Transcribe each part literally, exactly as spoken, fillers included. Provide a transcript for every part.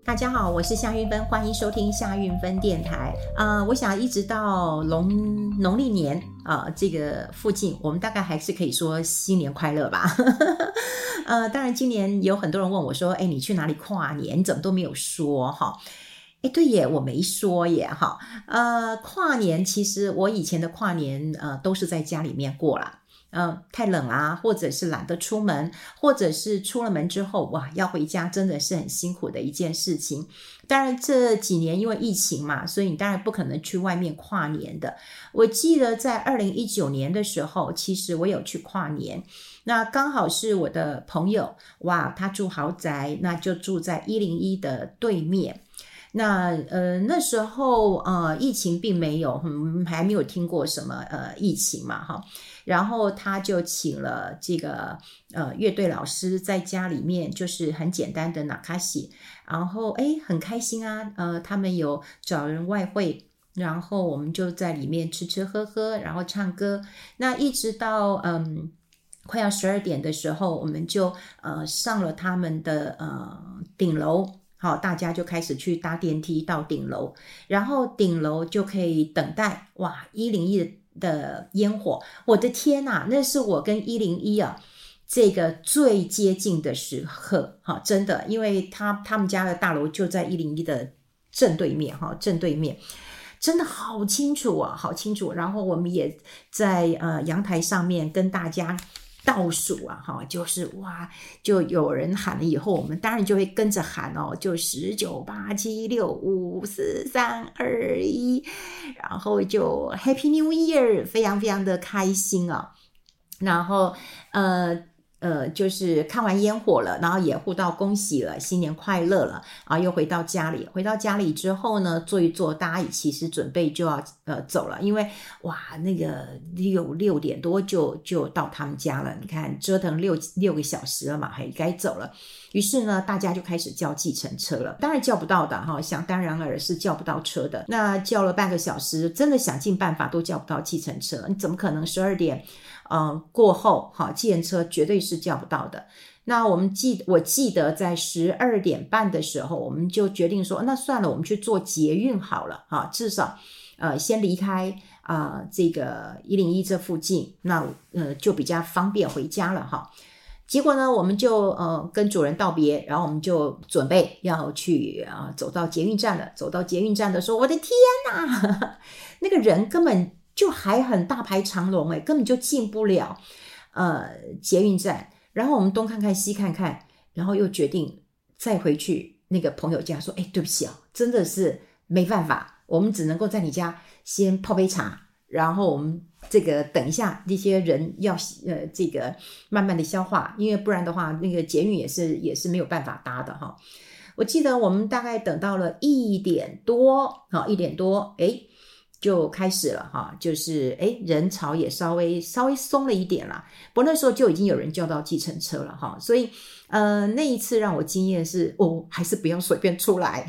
大家好，我是夏运芬，欢迎收听夏运芬电台。呃，我想一直到农农历年啊、呃、这个附近，我们大概还是可以说新年快乐吧。呃，当然今年有很多人问我说，哎，你去哪里跨年？你怎么都没有说哈？哎，对耶，我没说耶哈。呃，跨年其实我以前的跨年呃都是在家里面过啦。呃，太冷啊，或者是懒得出门，或者是出了门之后，哇，要回家真的是很辛苦的一件事情。当然这几年因为疫情嘛，所以你当然不可能去外面跨年的。我记得在二零一九年的时候，其实我有去跨年，那刚好是我的朋友，哇，他住豪宅，那就住在一零一的对面。那呃那时候呃疫情并没有，嗯，还没有听过什么呃疫情嘛哈。然后他就请了这个呃乐队老师在家里面，就是很简单的纳卡西，然后诶很开心啊，呃他们有找人外汇，然后我们就在里面吃吃喝喝，然后唱歌，那一直到嗯快要十二点的时候，我们就呃上了他们的呃顶楼。好，大家就开始去搭电梯到顶楼，然后顶楼就可以等待，哇，一零一的烟火，我的天哪，那是我跟一零一啊这个最接近的时刻，哈，真的，因为他他们家的大楼就在一零一的正对面，哈，正对面。真的好清楚啊，好清楚。然后我们也在呃阳台上面跟大家倒数啊，哈，就是哇，就有人喊了以后，我们当然就会跟着喊哦，就十九八七六五四三二一，然后就 Happy New Year， 非常非常的开心啊。然后呃。呃，就是看完烟火了，然后也互道恭喜了，新年快乐了啊！又回到家里，回到家里之后呢，坐一坐，大家也其实准备就要呃走了，因为哇，那个六六点多就就到他们家了，你看折腾六六个小时了嘛，还该走了。于是呢，大家就开始叫计程车了，当然叫不到的哈，想当然尔是叫不到车的。那叫了半个小时，真的想尽办法都叫不到计程车，你怎么可能十二点？呃，过后哈，计程车绝对是叫不到的。那我们记，我记得在十二点半的时候，我们就决定说，那算了，我们去坐捷运好了哈，至少呃先离开啊、呃、这个一零一这附近，那呃就比较方便回家了哈。结果呢，我们就呃跟主人道别，然后我们就准备要去啊、呃、走到捷运站了。走到捷运站的时候，我的天哪，那个人根本就还很大排长龙诶，根本就进不了呃捷运站。然后我们东看看西看看，然后又决定再回去那个朋友家说，诶，对不起啊，真的是没办法，我们只能够在你家先泡杯茶，然后我们这个等一下这些人要呃这个慢慢的消化，因为不然的话那个捷运也是也是没有办法搭的哈。我记得我们大概等到了一点多，好一点多，诶就开始了哈，就是诶人潮也稍微稍微松了一点啦。不过那时候就已经有人叫到计程车了哈，所以呃那一次让我惊艳是哦，还是不要随便出来。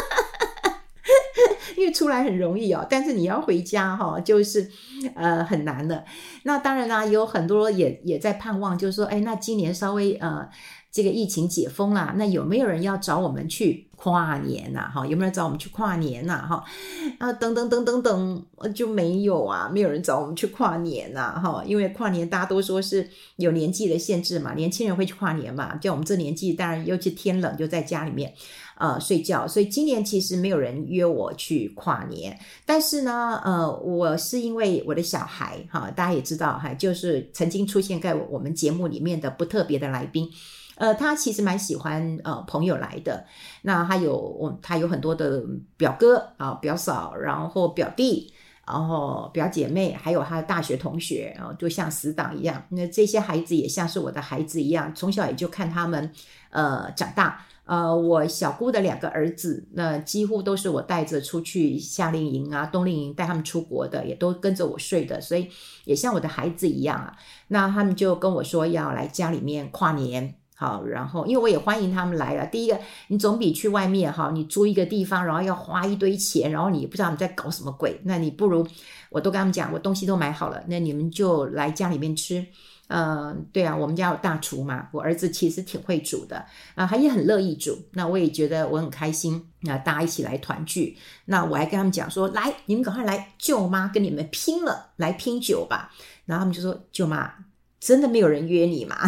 因为出来很容易哦，但是你要回家哈、哦，就是呃很难的。那当然啦，有很多也也在盼望，就是说，哎，那今年稍微呃这个疫情解封啦，那有没有人要找我们去跨年呐、啊？哈，有没有人找我们去跨年呐、啊？哈，啊等等等等等，就没有啊，没有人找我们去跨年呐、啊，哈，因为跨年大家都说是有年纪的限制嘛，年轻人会去跨年嘛，就我们这年纪，当然尤其天冷就在家里面。呃，睡觉，所以今年其实没有人约我去跨年，但是呢，呃，我是因为我的小孩哈，大家也知道哈，就是曾经出现在我们节目里面的不特别的来宾，呃，他其实蛮喜欢呃朋友来的，那他有我他有很多的表哥啊、表嫂，然后表弟。然后表姐妹还有他的大学同学啊，就像死党一样，那这些孩子也像是我的孩子一样，从小也就看他们呃长大。呃，我小姑的两个儿子，那几乎都是我带着出去夏令营啊、冬令营带他们出国的，也都跟着我睡的，所以也像我的孩子一样啊。那他们就跟我说要来家里面跨年。好，然后因为我也欢迎他们来了。第一个，你总比去外面哈，你租一个地方，然后要花一堆钱，然后你不知道你在搞什么鬼，那你不如我都跟他们讲，我东西都买好了，那你们就来家里面吃。 呃，对啊，我们家有大厨嘛，我儿子其实挺会煮的啊，他也很乐意煮，那我也觉得我很开心，那大家一起来团聚，那我还跟他们讲说，来，你们赶快来，舅妈跟你们拼了，来拼酒吧，然后他们就说，舅妈真的没有人约你吗？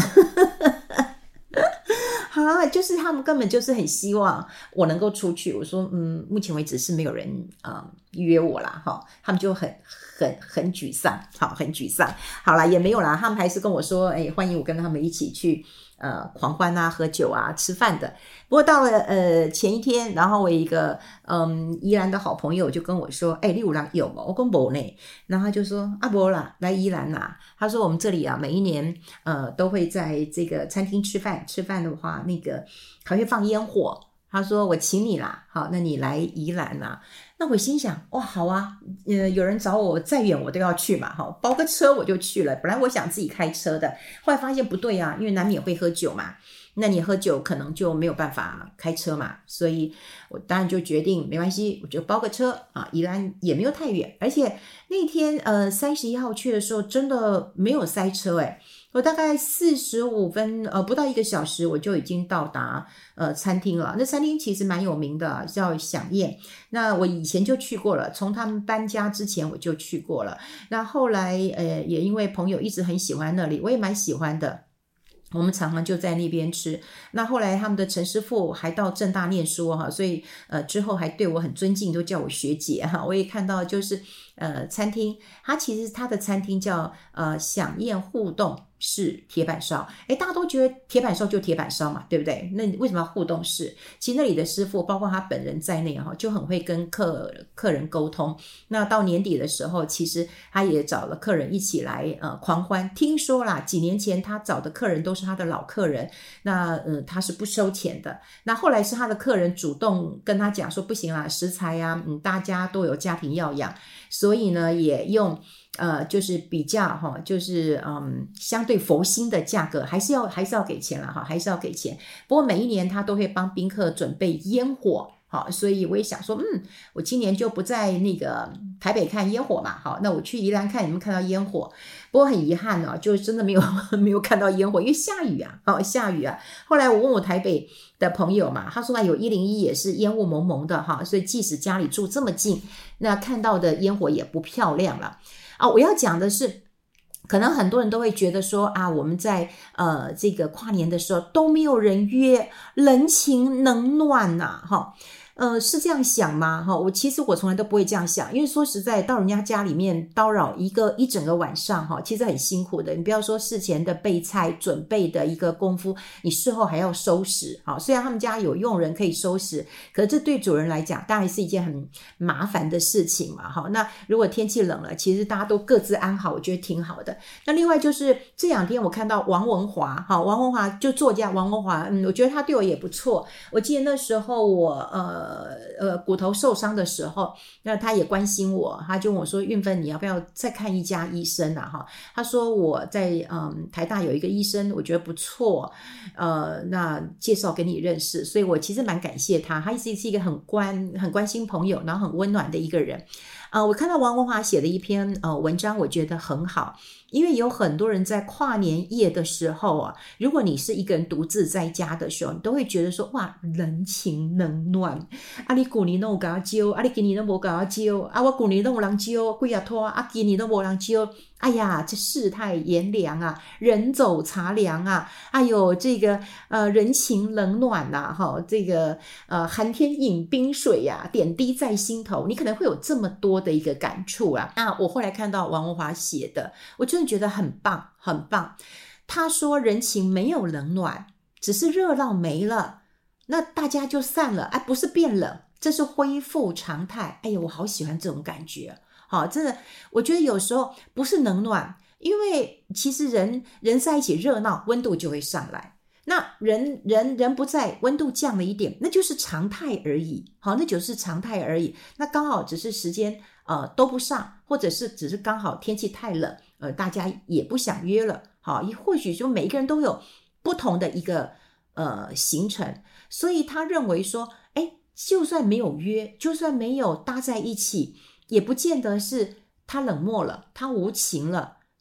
啊，就是他们根本就是很希望我能够出去。我说，嗯，目前为止是没有人呃约我啦，哈，他们就很很很沮丧，好，很沮丧。好啦，也没有啦，他们还是跟我说，哎，欢迎我跟他们一起去呃狂欢啊、喝酒啊、吃饭的。不过到了呃前一天，然后我一个嗯宜兰的好朋友就跟我说，哎，你有人有吗？我说没呢。然后他就说啊没啦，来宜兰啦。他说我们这里啊，每一年呃都会在这个餐厅吃饭，吃饭的话那个还会放烟火。他说我请你啦，好，那你来宜兰啦。那我心想，哇，好啊，呃，有人找我再远我都要去嘛，哈，包个车我就去了。本来我想自己开车的，后来发现不对啊，因为难免会喝酒嘛。那你喝酒可能就没有办法开车嘛，所以我当然就决定没关系，我就包个车啊，宜兰也没有太远，而且那天呃三十一号去的时候真的没有塞车诶，我大概四十五分呃不到一个小时我就已经到达呃餐厅了。那餐厅其实蛮有名的，叫响宴。那我以前就去过了，从他们搬家之前我就去过了。那后来呃也因为朋友一直很喜欢那里，我也蛮喜欢的。我们常常就在那边吃，那后来他们的陈师傅还到政大念书哈，所以呃之后还对我很尊敬，都叫我学姐哈。我也看到就是呃餐厅，它其实它的餐厅叫呃响宴互动式铁板烧，诶大家都觉得铁板烧就铁板烧嘛，对不对？那为什么要互动式？其实那里的师傅包括他本人在内哈，就很会跟客客人沟通。那到年底的时候，其实他也找了客人一起来呃狂欢。听说啦，几年前他找的客人都是他的老客人，那呃他是不收钱的。那后来是他的客人主动跟他讲说，不行啦，食材啊，嗯，大家都有家庭要养，所以呢也用呃就是比较哈，就是嗯相对佛心的价格，还是要还是要给钱啦哈，还是要给钱。不过每一年他都会帮宾客准备烟火。好，所以我也想说，嗯，我今年就不在那个台北看烟火嘛，好，那我去宜兰看，你们看到烟火。不过很遗憾哦，就真的没有没有看到烟火，因为下雨啊，好下雨啊。后来我问我台北的朋友嘛，他说啊，有一零一也是烟雾蒙蒙的哈，所以即使家里住这么近，那看到的烟火也不漂亮了啊。我要讲的是。可能很多人都会觉得说啊，我们在呃这个跨年的时候都没有人约，人情冷暖呐、啊，哈。呃，是这样想吗？哈，我其实我从来都不会这样想，因为说实在，到人家家里面叨扰一个一整个晚上，哈，其实很辛苦的。你不要说事前的备菜准备的一个功夫，你事后还要收拾，哈。虽然他们家有佣人可以收拾，可是这对主人来讲，当然是一件很麻烦的事情嘛，哈。那如果天气冷了，其实大家都各自安好，我觉得挺好的。那另外就是这两天我看到王文华，哈，王文华就作家王文华，嗯，我觉得他对我也不错。我记得那时候我呃。呃呃，骨头受伤的时候，那他也关心我，他就问我说：“运芬，你要不要再看一家医生啊？”哈，他说我在嗯台大有一个医生，我觉得不错，呃，那介绍给你认识，所以我其实蛮感谢他，他一直是一个很关很关心朋友，然后很温暖的一个人。呃，我看到王文华写的一篇呃文章，我觉得很好。因为有很多人在跨年夜的时候啊，如果你是一个人独自在家的时候，你都会觉得说哇，人情冷暖。啊，你旧年都有给我招，啊，你今年都没给我招，啊，我旧年都有人招，几啊拖，啊，今年都没人招。哎呀，这世态炎凉啊，人走茶凉啊，哎呦，这个呃人情冷暖呐、啊，哈，这个呃寒天饮冰水呀、啊，点滴在心头，你可能会有这么多的一个感触啊。那我后来看到王文华写的，我真的觉得很棒，很棒。他说人情没有冷暖，只是热闹没了，那大家就散了，哎，不是变冷，这是恢复常态。哎呀，我好喜欢这种感觉。好，真的，我觉得有时候不是冷暖，因为其实人人在一起热闹，温度就会上来。那人人人不在，温度降了一点，那就是常态而已。好，那就是常态而已。那刚好只是时间呃都不上，或者是只是刚好天气太冷，呃，大家也不想约了。好，也或许就每一个人都有不同的一个呃行程，所以他认为说，哎，就算没有约，就算没有搭在一起。也不见得是他冷漠了，他无情了，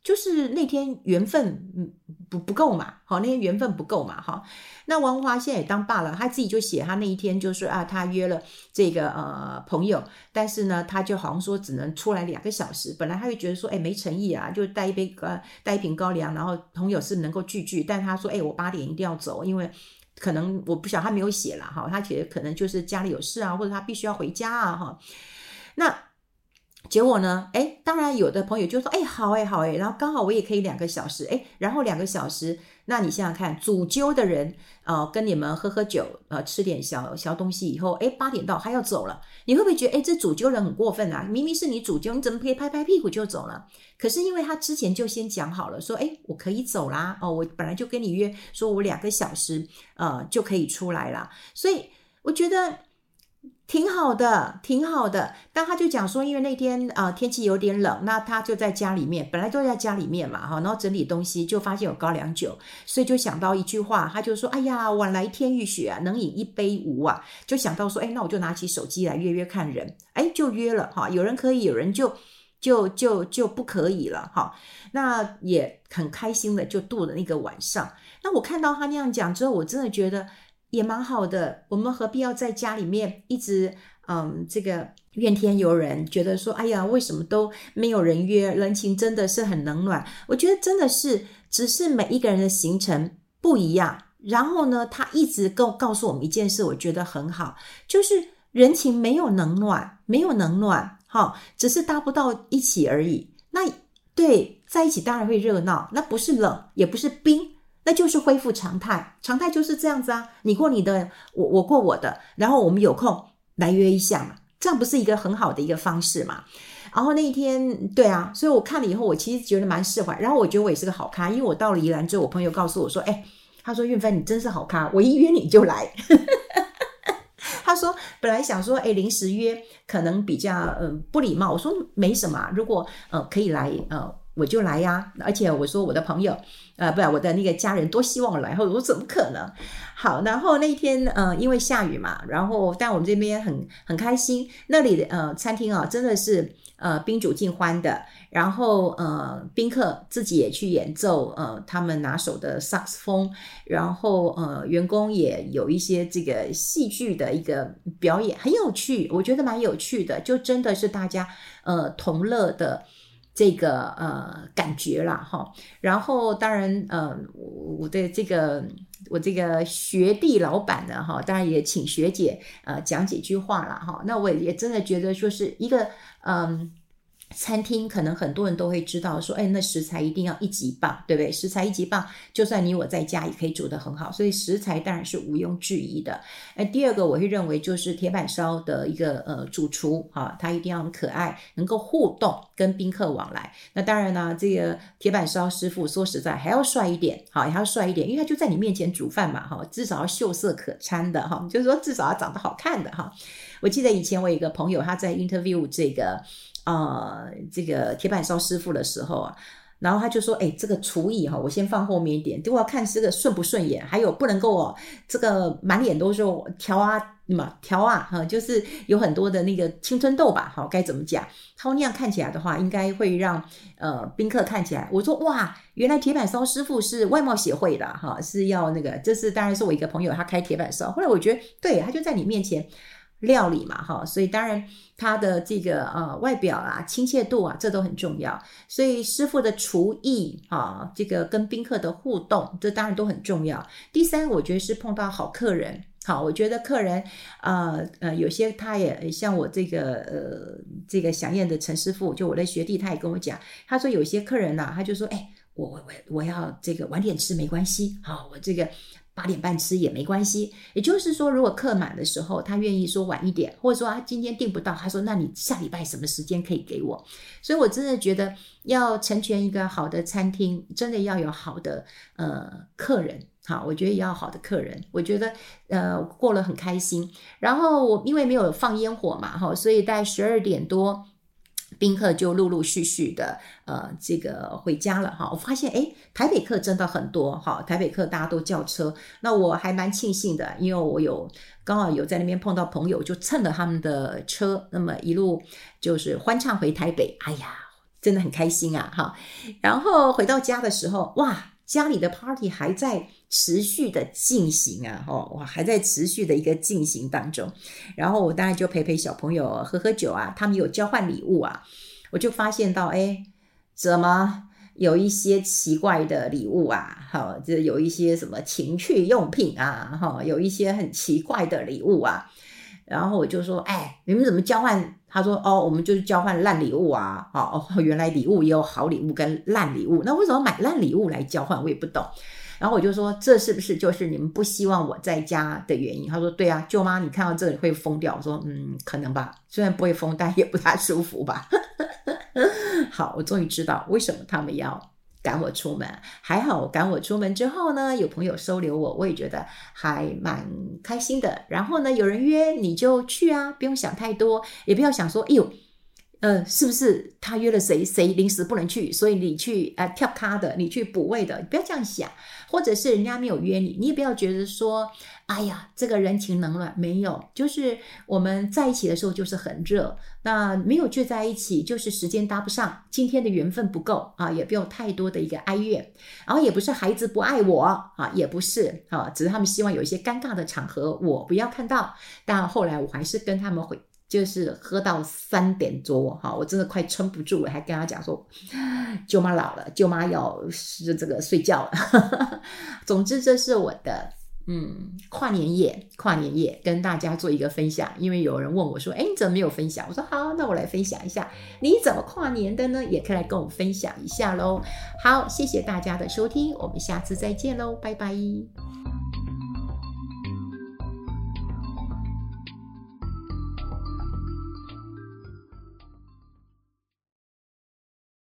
就是那天缘分嗯不不够嘛，好，那天缘分不够嘛，哈。那王文华现在也当爸了，他自己就写他那一天就是啊，他约了这个呃朋友，但是呢，他就好像说只能出来两个小时。本来他会觉得说，哎，没诚意啊，就带一杯呃带一瓶高粱，然后朋友是能够聚聚，但他说，哎，我八点一定要走，因为可能我不晓得他没有写啦，哈，他觉得可能就是家里有事啊，或者他必须要回家啊，哈。那结果呢？哎，当然有的朋友就说，哎，好哎，好哎，然后刚好我也可以两个小时，哎，然后两个小时，那你想想看，主揪的人，呃，跟你们喝喝酒，呃，吃点小小东西以后，哎，八点到他要走了，你会不会觉得，哎，这主揪人很过分啊？明明是你主揪，你怎么可以拍拍屁股就走了？可是因为他之前就先讲好了，说，哎，我可以走啦，哦，我本来就跟你约，说我两个小时，呃，就可以出来啦，所以我觉得。挺好的，挺好的。但他就讲说，因为那天啊、呃、天气有点冷，那他就在家里面，本来都在家里面嘛，哈，然后整理东西，就发现有高粱酒，所以就想到一句话，他就说：“哎呀，晚来天欲雪啊，能饮一杯无啊。”就想到说，哎，那我就拿起手机来约约看人，哎，就约了哈。有人可以，有人就就就就不可以了哈。那也很开心的就度了那个晚上。那我看到他那样讲之后，我真的觉得。也蛮好的，我们何必要在家里面一直嗯这个怨天尤人，觉得说哎呀为什么都没有人约，人情真的是很冷暖。我觉得真的是只是每一个人的行程不一样，然后呢他一直告告诉我们一件事，我觉得很好，就是人情没有冷暖，没有冷暖，好，只是搭不到一起而已。那对，在一起当然会热闹，那不是冷也不是冰，那就是恢复常态，常态就是这样子啊，你过你的，我我过我的，然后我们有空来约一下嘛，这样不是一个很好的一个方式嘛？然后那一天，对啊，所以我看了以后，我其实觉得蛮释怀，然后我觉得我也是个好咖，因为我到了宜兰之后，我朋友告诉我说，哎，他说运芬你真是好咖，我一约你就来。他说本来想说哎临时约可能比较嗯、呃、不礼貌，我说没什么，如果呃可以来呃我就来呀，而且我说我的朋友呃不我的那个家人多希望我来，我说怎么可能。好，然后那一天呃因为下雨嘛，然后但我们这边很很开心，那里的呃餐厅啊真的是呃宾主尽欢的，然后呃宾客自己也去演奏呃他们拿手的萨克斯风，然后呃员工也有一些这个戏剧的一个表演，很有趣，我觉得蛮有趣的，就真的是大家呃同乐的这个呃感觉啦哈。然后当然呃我的这个我这个学弟老板呢哈，当然也请学姐呃讲几句话啦哈。那我也真的觉得说是一个嗯。餐厅可能很多人都会知道说，哎，那食材一定要一级棒，对不对？食材一级棒，就算你我在家也可以煮得很好，所以食材当然是毋庸置疑的。哎，第二个我会认为就是铁板烧的一个呃主厨哈，他一定要很可爱，能够互动，跟宾客往来。那当然呢，这个铁板烧师傅说实在还要帅一点，好，还要帅一点，因为他就在你面前煮饭嘛，哈，至少要秀色可餐的哈，就是说至少要长得好看的哈。我记得以前我有一个朋友，他在 interview 这个。呃，这个铁板烧师傅的时候啊，然后他就说，哎，这个厨艺哈，我先放后面一点，都要看这个顺不顺眼，还有不能够哦，这个满脸都是条啊嘛条啊哈，就是有很多的那个青春痘吧，好该怎么讲？他说那样看起来的话，应该会让呃宾客看起来，我说哇，原来铁板烧师傅是外貌协会的哈，是要那个，这是当然是我一个朋友他开铁板烧，后来我觉得对，他就在你面前。料理嘛哈，所以当然他的这个呃外表啊亲切度啊这都很重要，所以师傅的厨艺啊，这个跟宾客的互动这当然都很重要。第三我觉得是碰到好客人，好，我觉得客人呃呃有些他也像我这个呃这个响燕的陈师傅，就我的学弟他也跟我讲，他说有些客人啊他就说哎我我我要这个晚点吃没关系，好我这个八点半吃也没关系，也就是说如果客满的时候他愿意说晚一点，或者说他今天订不到，他说那你下礼拜什么时间可以给我。所以我真的觉得要成全一个好的餐厅真的要有好的呃客人，好，我觉得也要好的客人，我觉得呃过了很开心。然后我因为没有放烟火嘛，所以大概十二点多宾客就陆陆续续的呃这个回家了哈。我发现诶台北客真的很多哈，台北客大家都叫车，那我还蛮庆幸的，因为我有刚好有在那边碰到朋友，就蹭了他们的车，那么一路就是欢畅回台北。哎呀， 真的很开心啊哈。然后回到家的时候，哇，家里的 party 还在持续的进行啊，哦，哇，还在持续的一个进行当中。然后我当然就陪陪小朋友喝喝酒啊，他们有交换礼物啊，我就发现到，哎，怎么有一些奇怪的礼物啊，哈，这有一些什么情趣用品啊，哈，有一些很奇怪的礼物啊。然后我就说，哎，你们怎么交换？他说，哦，我们就是交换烂礼物啊。哦，原来礼物也有好礼物跟烂礼物，那为什么买烂礼物来交换？我也不懂。然后我就说，这是不是就是你们不希望我在家的原因？他说，对啊，舅妈，你看到这里会疯掉。我说，嗯，可能吧，虽然不会疯，但也不太舒服吧。好，我终于知道为什么他们要赶我出门。还好赶我出门之后呢，有朋友收留我，我也觉得还蛮开心的。然后呢，有人约你就去啊，不用想太多，也不要想说，哎呦，呃，是不是他约了谁，谁临时不能去，所以你去呃跳咖的，你去补位的，不要这样想。或者是人家没有约你，你也不要觉得说，哎呀，这个人情冷暖，没有，就是我们在一起的时候就是很热，那没有聚在一起就是时间搭不上，今天的缘分不够啊，也不要太多的一个哀怨。然后也不是孩子不爱我啊，也不是啊，只是他们希望有一些尴尬的场合我不要看到。但后来我还是跟他们回。就是喝到三点多哈，我真的快撑不住了，还跟他讲说，舅妈老了，舅妈要是这个睡觉了。总之，这是我的嗯跨年夜，跨年夜跟大家做一个分享。因为有人问我说，哎，你怎么没有分享？我说好，那我来分享一下，你怎么跨年的呢？也可以来跟我分享一下咯。好，谢谢大家的收听，我们下次再见咯，拜拜。